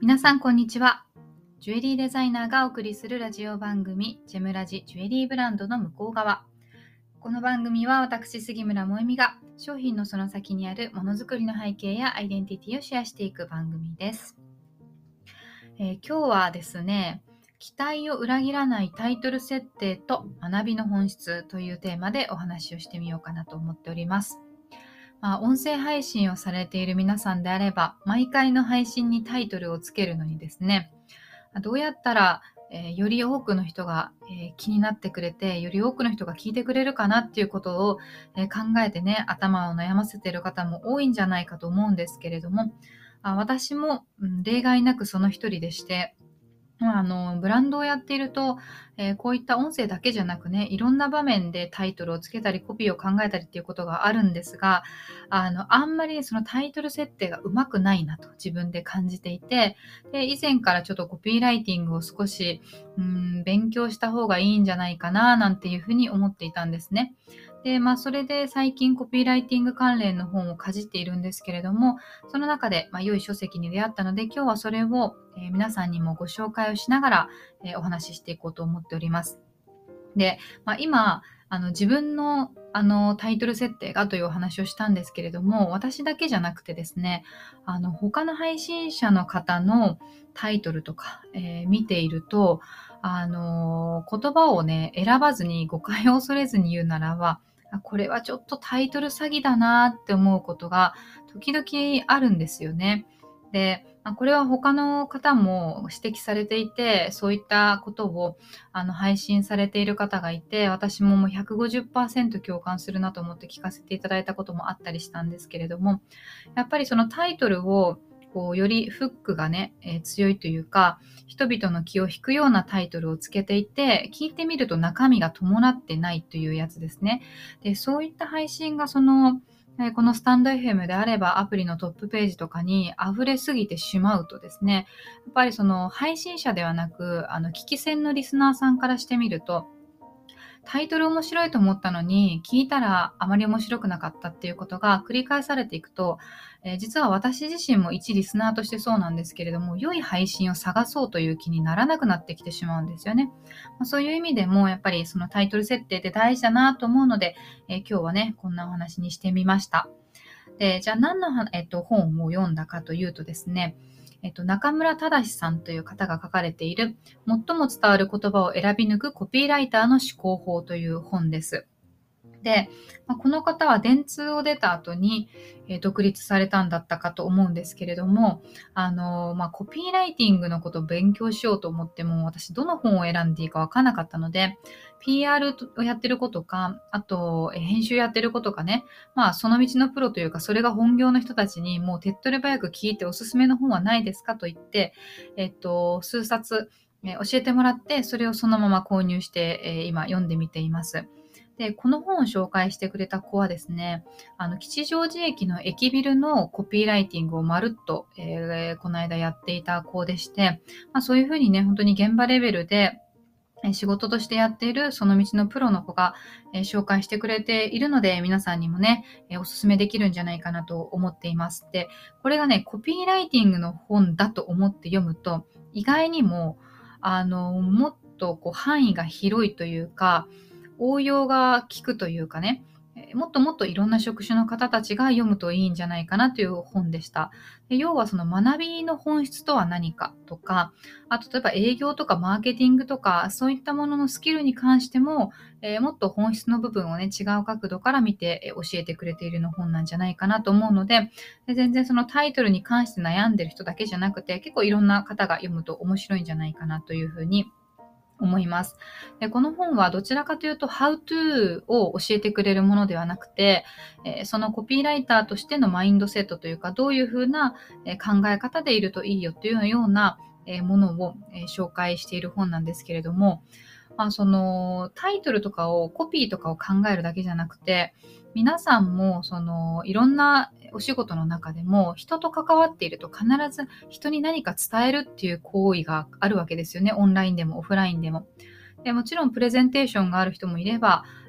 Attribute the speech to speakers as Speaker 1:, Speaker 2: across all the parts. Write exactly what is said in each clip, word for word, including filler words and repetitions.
Speaker 1: 皆さんこんにちは。ジュエリーデザイナーがお送りするラジオ番組ジェムラジジュエリーブランドの向こう側。この番組は私杉村萌実が商品のその先にあるものづくりの背景やアイデンティティをシェアしていく番組です。えー、今日はですね、期待を裏切らないタイトル設定と学びの本質というテーマでお話をしてみようかなと思っております。まあ、音声配信をされている皆さんであれば、毎回の配信にタイトルをつけるのにですね、どうやったら、えー、より多くの人が、えー、気になってくれて、より多くの人が聞いてくれるかなっていうことを、えー、考えてね、頭を悩ませている方も多いんじゃないかと思うんですけれども、あ私も、うん、例外なくその一人でして、まあ、あのブランドをやっていると、えー、こういった音声だけじゃなくね、いろんな場面でタイトルをつけたりコピーを考えたりっていうことがあるんですが、あのあんまりそのタイトル設定がうまくないなと自分で感じていて、で以前からちょっとコピーライティングを少しうん勉強した方がいいんじゃないかななんていうふうに思っていたんですね。で、まあ、それで最近コピーライティング関連の本をかじっているんですけれども、その中で、まあ、良い書籍に出会ったので、今日はそれを、えー皆さんにもご紹介をしながら、えーお話ししていこうと思っております。で、まあ、今、あの自分のあのタイトル設定がというお話をしたんですけれども、私だけじゃなくてですね、あの他の配信者の方のタイトルとか、えー見ていると、あの言葉をね選ばずに誤解を恐れずに言うならば、あこれはちょっとタイトル詐欺だなって思うことが時々あるんですよね。で、まあこれは他の方も指摘されていて、そういったことをあの配信されている方がいて、私ももうひゃくごじゅっパーセント共感するなと思って聞かせていただいたこともあったりしたんですけれども、やっぱりそのタイトルをこうよりフックがね、えー強いというか、人々の気を引くようなタイトルをつけていて、聞いてみると中身が伴ってないというやつですね。で、そういった配信がそのえーこのスタンド エフエム であればアプリのトップページとかに溢れすぎてしまうとですね、やっぱりその配信者ではなく、あの聞き戦のリスナーさんからしてみると、タイトル面白いと思ったのに、聞いたらあまり面白くなかったっていうことが繰り返されていくと、えー実は私自身も一リスナーとしてそうなんですけれども、良い配信を探そうという気にならなくなってきてしまうんですよね。まあ、そういう意味でも、やっぱりそのタイトル設定って大事だなと思うので、えー今日はね、こんなお話にしてみました。で、じゃあ何のは、えっと、本を読んだかというとですね、えっと、中村忠さんという方が書かれている、最も伝わる言葉を選び抜くコピーライターの思考法という本です。で、まあ、この方は電通を出た後に、えー独立されたんだったかと思うんですけれども、あのーまあ、コピーライティングのことを勉強しようと思っても、私どの本を選んでいいかわからなかったので、ピーアール をやってることか、あと、えー編集やってることかね、まあ、その道のプロというか、それが本業の人たちにもう手っ取り早く聞いておすすめの本はないですかと言って、えっと、数冊、えー教えてもらって、それをそのまま購入して、えー今読んでみています。で、この本を紹介してくれた子はですね、あの、吉祥寺駅の駅ビルのコピーライティングをまるっと、えーこの間やっていた子でして、まあ、そういうふうにね、本当に現場レベルで、え仕事としてやっているその道のプロの子が、えー紹介してくれているので、皆さんにもね、えーおすすめできるんじゃないかなと思っています。で、これがね、コピーライティングの本だと思って読むと、意外にも、あの、もっとこう範囲が広いというか、応用が効くというかね、えーもっともっといろんな職種の方たちが読むといいんじゃないかなという本でした。で要はその学びの本質とは何かとか、あと例えば営業とかマーケティングとか、そういったもののスキルに関しても、えーもっと本質の部分をね、違う角度から見て、えー教えてくれているの本なんじゃないかなと思うので、で全然そのタイトルに関して悩んでる人だけじゃなくて、結構いろんな方が読むと面白いんじゃないかなというふうに思います。でこの本はどちらかというと How to を教えてくれるものではなくて、えーそのコピーライターとしてのマインドセットというか、どういうふうな、えー考え方でいるといいよというような、えーものを、えー紹介している本なんですけれども、まあ、そのタイトルとかをコピーとかを考えるだけじゃなくて、皆さんもそのいろんなお仕事の中でも人と関わっていると必ず人に何か伝えるっていう行為があるわけですよね。オンラインでもオフラインでも。でもちろんプレゼンテーションがある人もいれば、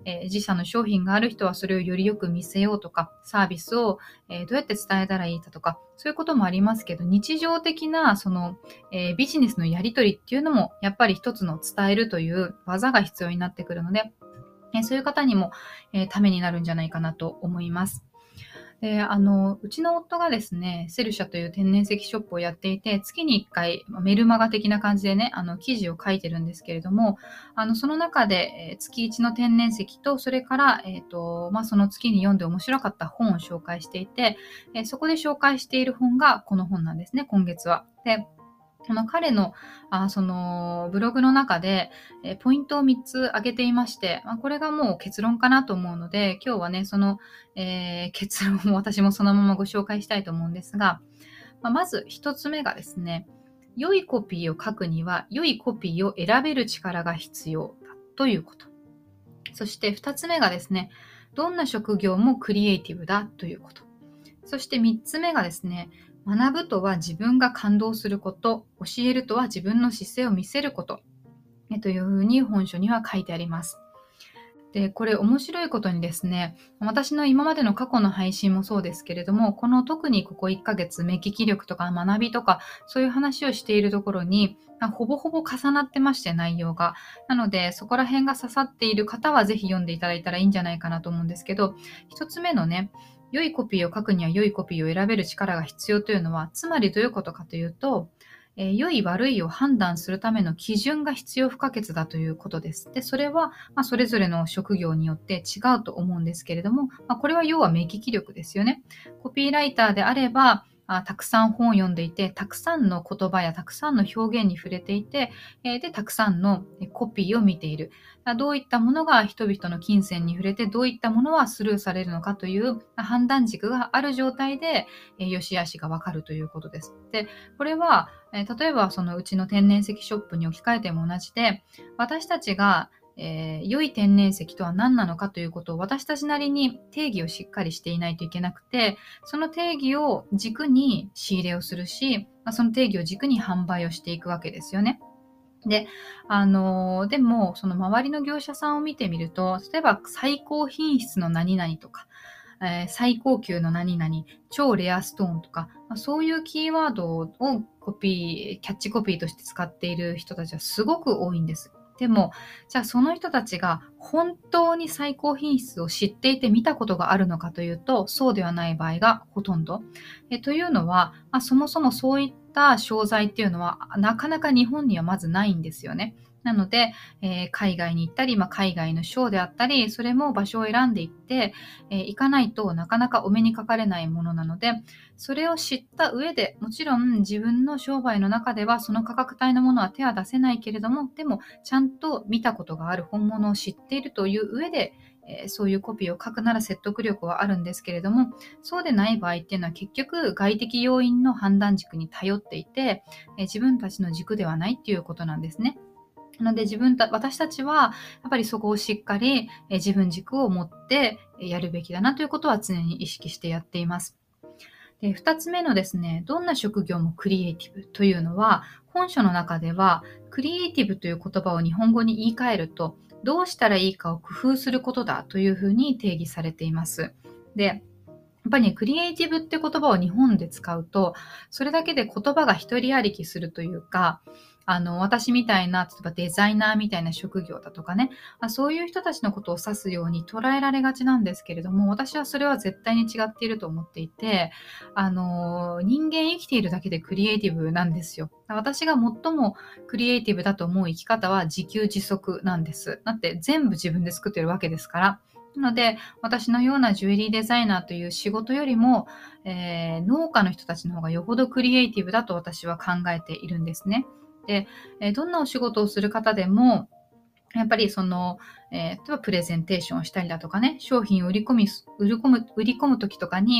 Speaker 1: えー自社の商品がある人はそれをよりよく見せようとか、サービスを、えーどうやって伝えたらいいかとか、そういうこともありますけど、日常的なその、えービジネスのやり取りっていうのもやっぱり一つの伝えるという技が必要になってくるので、えーそういう方にも、えーためになるんじゃないかなと思います。で、あの、うちの夫がですね、セルシャという天然石ショップをやっていて、月にいっかいまメルマガ的な感じでね、あの、記事を書いてるんですけれども、あの、その中で、えー月いちの天然石と、それから、えっと、まあ、その月に読んで面白かった本を紹介していて、えーそこで紹介している本がこの本なんですね、今月は。で、この彼のあそのブログの中で、えーポイントをみっつ挙げていまして、まあ、これがもう結論かなと思うので、今日はね、その、えー結論を私もそのままご紹介したいと思うんですが、まあ、まずひとつめがですね、良いコピーを書くには良いコピーを選べる力が必要だということ。そしてふたつめがですね、どんな職業もクリエイティブだということ。そしてみっつめがですね、学ぶとは自分が感動すること、教えるとは自分の姿勢を見せることえというふうに本書には書いてあります。で、これ面白いことにですね、私の今までの過去の配信もそうですけれども、この特にここいっかげつ目利き力とか学びとか、そういう話をしているところに、あほぼほぼ重なってまして、内容が。なので、そこら辺が刺さっている方はぜひ読んでいただいたらいいんじゃないかなと思うんですけど、一つ目のね、良いコピーを書くには良いコピーを選べる力が必要というのは、つまりどういうことかというと、えー良い悪いを判断するための基準が必要不可欠だということです。で、それは、まあ、それぞれの職業によって違うと思うんですけれども、まあ、これは要は目利き力ですよね。コピーライターであれば、あたくさん本を読んでいて、たくさんの言葉やたくさんの表現に触れていて、えーで、たくさんのえコピーを見ている。あどういったものが人々の金銭に触れて、どういったものはスルーされるのかという判断軸がある状態で、えー良し悪しがわかるということです。で、これは、えー例えばそのうちの天然石ショップに置き換えても同じで、私たちがえー良い天然石とは何なのかということを私たちなりに定義をしっかりしていないといけなくて、その定義を軸に仕入れをするし、まあその定義を軸に販売をしていくわけですよね。で、あのーでも、その周りの業者さんを見てみると、例えば最高品質の何々とか、えー最高級の何々、超レアストーンとか、まあそういうキーワードをコピー、キャッチコピーとして使っている人たちはすごく多いんです。でも、じゃあその人たちが本当に最高品質を知っていて見たことがあるのかというと、そうではない場合がほとんど。えというのは、まあ、そもそもそういった商材っていうのはなかなか日本にはまずないんですよね。なので、えー海外に行ったり、まあ、海外のショーであったり、それも場所を選んでいって、えー行かないとなかなかお目にかかれないものなので、それを知った上で、もちろん自分の商売の中ではその価格帯のものは手は出せないけれども、でもちゃんと見たことがある本物を知っているという上で、えーそういうコピーを書くなら説得力はあるんですけれども、そうでない場合っていうのは結局外的要因の判断軸に頼っていて、えー自分たちの軸ではないっていうことなんですね。なので自分た、私たちはやっぱりそこをしっかりえー自分軸を持ってえーやるべきだなということは常に意識してやっています。で、二つ目のですね、どんな職業もクリエイティブというのは、本書の中では、クリエイティブという言葉を日本語に言い換えると、どうしたらいいかを工夫することだというふうに定義されています。で、やっぱりね、クリエイティブって言葉を日本で使うと、それだけで言葉が一人歩きするというか、あの、私みたいな、例えばデザイナーみたいな職業だとかね、あそういう人たちのことを指すように捉えられがちなんですけれども、私はそれは絶対に違っていると思っていて、あの、人間生きているだけでクリエイティブなんですよ。私が最もクリエイティブだと思う生き方は自給自足なんです。だって全部自分で作ってるわけですから。なので、私のようなジュエリーデザイナーという仕事よりも、えー農家の人たちの方がよほどクリエイティブだと私は考えているんですね。で、えーどんなお仕事をする方でも、やっぱりその、えー例えばプレゼンテーションをしたりだとかね、商品を売り込み、売り込む、売り込む時とかに、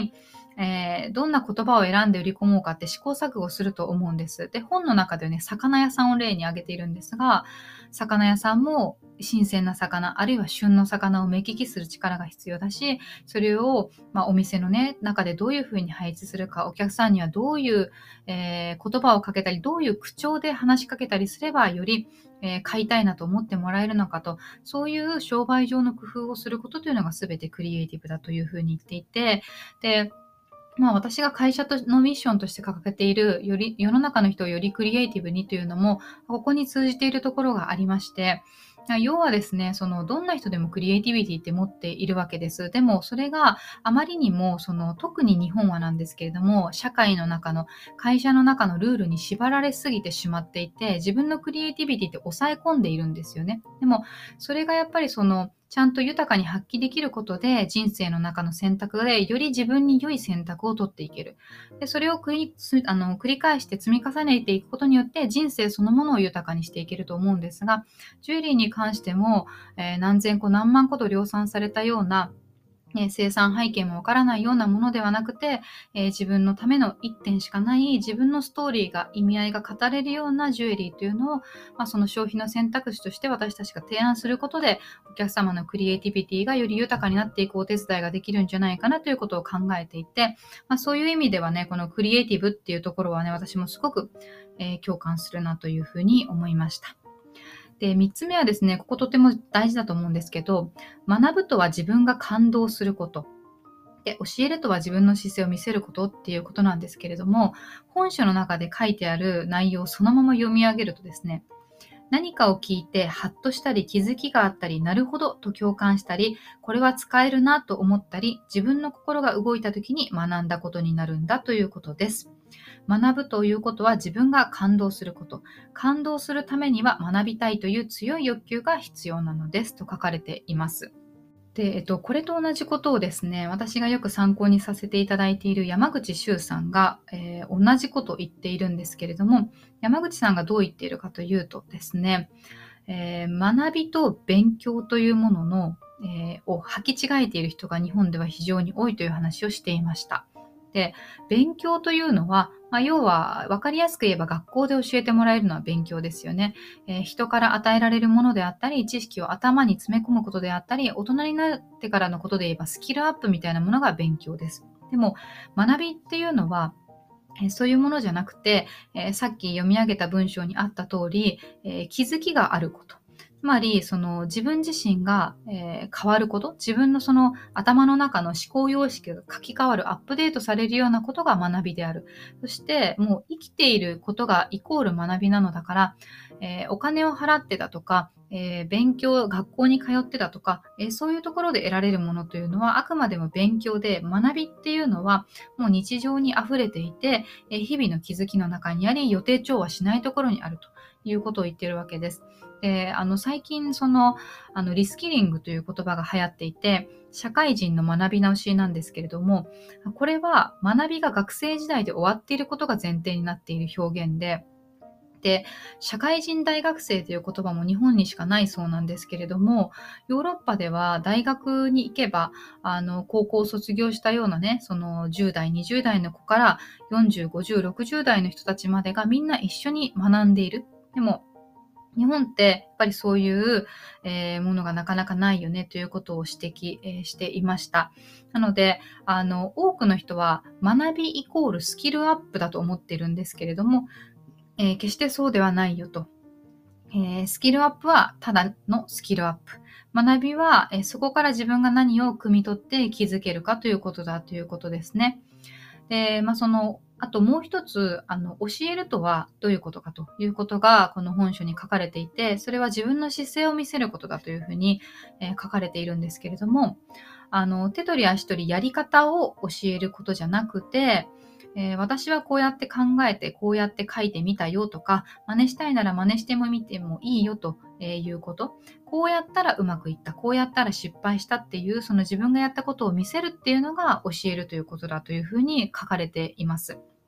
Speaker 1: えーどんな言葉を選んで売り込もうかって試行錯誤すると思うんです。で、本の中でね、魚屋さんを例に挙げているんですが、魚屋さんも新鮮な魚、あるいは旬の魚を目利きする力が必要だし、それを、まあ、お店のね、中でどういうふうに配置するか、お客さんにはどういう、えー言葉をかけたり、どういう口調で話しかけたりすれば、より、えー買いたいなと思ってもらえるのかと、そういう商売上の工夫をすることというのが全てクリエイティブだというふうに言っていて、で、まあ、私が会社のミッションとして掲げている、より世の中の人をよりクリエイティブにというのも、ここに通じているところがありまして、要はですね、そのどんな人でもクリエイティビティって持っているわけです。でもそれがあまりにもその特に日本はなんですけれども、社会の中の会社の中のルールに縛られすぎてしまっていて、自分のクリエイティビティって抑え込んでいるんですよね。でもそれがやっぱりそのちゃんと豊かに発揮できることで、人生の中の選択でより自分に良い選択を取っていける。で、それを繰りあの繰り返して積み重ねていくことによって人生そのものを豊かにしていけると思うんですが、ジュエリーに関しても、えー何千個何万個と量産されたような、えー生産背景もわからないようなものではなくて、えー自分のための一点しかない自分のストーリーが意味合いが語れるようなジュエリーというのを、まあ、その消費の選択肢として私たちが提案することで、お客様のクリエイティビティがより豊かになっていくお手伝いができるんじゃないかなということを考えていて、まあ、そういう意味ではね、このクリエイティブっていうところはね、私もすごく、えー共感するなというふうに思いました。で、みっつめはですね、こことても大事だと思うんですけど、学ぶとは自分が感動すること。で、教えるとは自分の姿勢を見せることっていうことなんですけれども、本書の中で書いてある内容をそのまま読み上げるとですね、何かを聞いてハッとしたり気づきがあったり、なるほどと共感したり、これは使えるなと思ったり、自分の心が動いた時に学んだことになるんだということです。学ぶということは自分が感動すること。感動するためには学びたいという強い欲求が必要なのですと書かれています。で、えっと、これと同じことをですね、私がよく参考にさせていただいている山口周さんが、えー同じことを言っているんですけれども、山口さんがどう言っているかというとですね、えー学びと勉強というものの、えーを履き違えている人が日本では非常に多いという話をしていました。で、勉強というのは、まあ、要は分かりやすく言えば学校で教えてもらえるのは勉強ですよね。えー人から与えられるものであったり、知識を頭に詰め込むことであったり、大人になってからのことで言えばスキルアップみたいなものが勉強です。でも、学びっていうのは、えーそういうものじゃなくて、えーさっき読み上げた文章にあった通り、えー気づきがあること。つまり、その自分自身が、えー変わること、自分のその頭の中の思考様式が書き換わる、アップデートされるようなことが学びである。そして、もう生きていることがイコール学びなのだから、えーお金を払ってだとか、えー勉強、学校に通ってだとか、えーそういうところで得られるものというのはあくまでも勉強で、学びっていうのはもう日常に溢れていて、えー日々の気づきの中にあり、予定調和しないところにあるということを言っているわけです。で、あの最近そのあのリスキリングという言葉が流行っていて、社会人の学び直しなんですけれども、これは学びが学生時代で終わっていることが前提になっている表現で、で、社会人大学生という言葉も日本にしかないそうなんですけれども、ヨーロッパでは大学に行けば、あの、高校を卒業したようなね、そのじゅう代、にじゅう代の子からよんじゅう、ごじゅう、ろくじゅう代の人たちまでがみんな一緒に学んでいる。でも、日本ってやっぱりそういう、えーものがなかなかないよねということを指摘、えーしていました。なので、あの、多くの人は学びイコールスキルアップだと思っているんですけれども、えー決してそうではないよと。えースキルアップはただのスキルアップ。学びは、えーそこから自分が何を汲み取って気づけるかということだということですね。で、まあ、その、あともう一つ、あの、教えるとはどういうことかということが、この本書に書かれていて、それは自分の姿勢を見せることだというふうに、えー書かれているんですけれども、あの、手取り足取りやり方を教えることじゃなくて、えー私はこうやって考えて、こうやって書いてみたよとか、真似したいなら真似してもみてもいいよということ。こうやったらうまくいった、こうやったら失敗したっていう、その自分がやったことを見せるっていうのが教えるということだというふうに書かれています。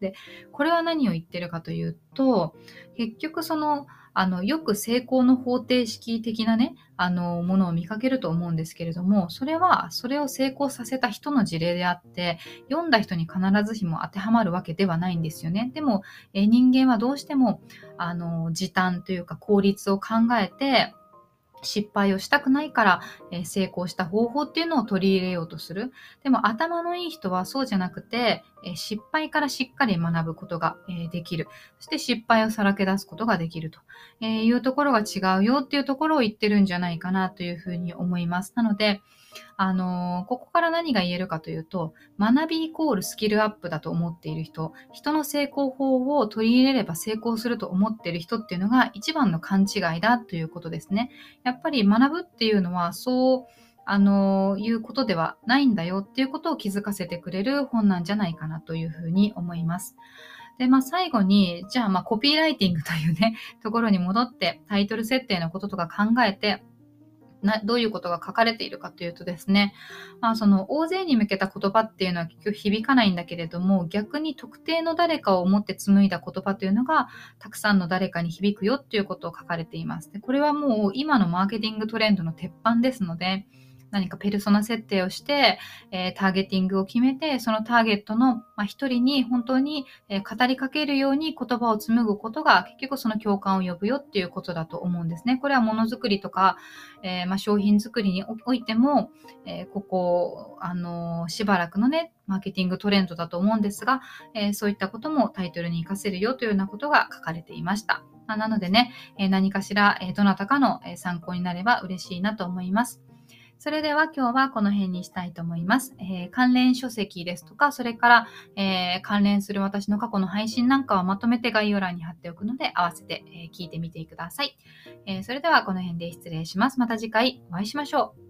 Speaker 1: で、これは何を言ってるかというと、結局その、あの、よく成功の方程式的なね、あの、ものを見かけると思うんですけれども、それは、それを成功させた人の事例であって、読んだ人に必ずしも当てはまるわけではないんですよね。でも、え人間はどうしても、あの、時短というか効率を考えて、失敗をしたくないから、えー成功した方法っていうのを取り入れようとする。でも頭のいい人はそうじゃなくて、えー失敗からしっかり学ぶことが、えーできる。そして失敗をさらけ出すことができると、えーいうところが違うよっていうところを言ってるんじゃないかなというふうに思います。なので、あのーここから何が言えるかというと、学びイコールスキルアップだと思っている人、人の成功法を取り入れれば成功すると思っている人っていうのが一番の勘違いだということですね。やっぱり学ぶっていうのはそうあのいうことではないんだよっていうことを気づかせてくれる本なんじゃないかなというふうに思います。で、まあ最後に、じゃあまあコピーライティングというね、ところに戻ってタイトル設定のこととか考えて、などういうことが書かれているかというとですね、まあ、その大勢に向けた言葉っていうのは結局響かないんだけれども、逆に特定の誰かを思って紡いだ言葉というのがたくさんの誰かに響くよっていうことを書かれています。で、これはもう今のマーケティングトレンドの鉄板ですので、何かペルソナ設定をして、えーターゲティングを決めて、そのターゲットの、まあ、一人に本当に、えー語りかけるように言葉を紡ぐことが結局その共感を呼ぶよっていうことだと思うんですね。これはものづくりとか、えーまあ、商品作りにおいても、えーここ、あのーしばらくのね、マーケティングトレンドだと思うんですが、えーそういったこともタイトルに活かせるよというようなことが書かれていました。なのでね、えー何かしら、えーどなたかの参考になれば嬉しいなと思います。それでは今日はこの辺にしたいと思います。えー関連書籍ですとか、それから、えー関連する私の過去の配信なんかをまとめて概要欄に貼っておくので、合わせて、えー聞いてみてください。えーそれではこの辺で失礼します。また次回お会いしましょう。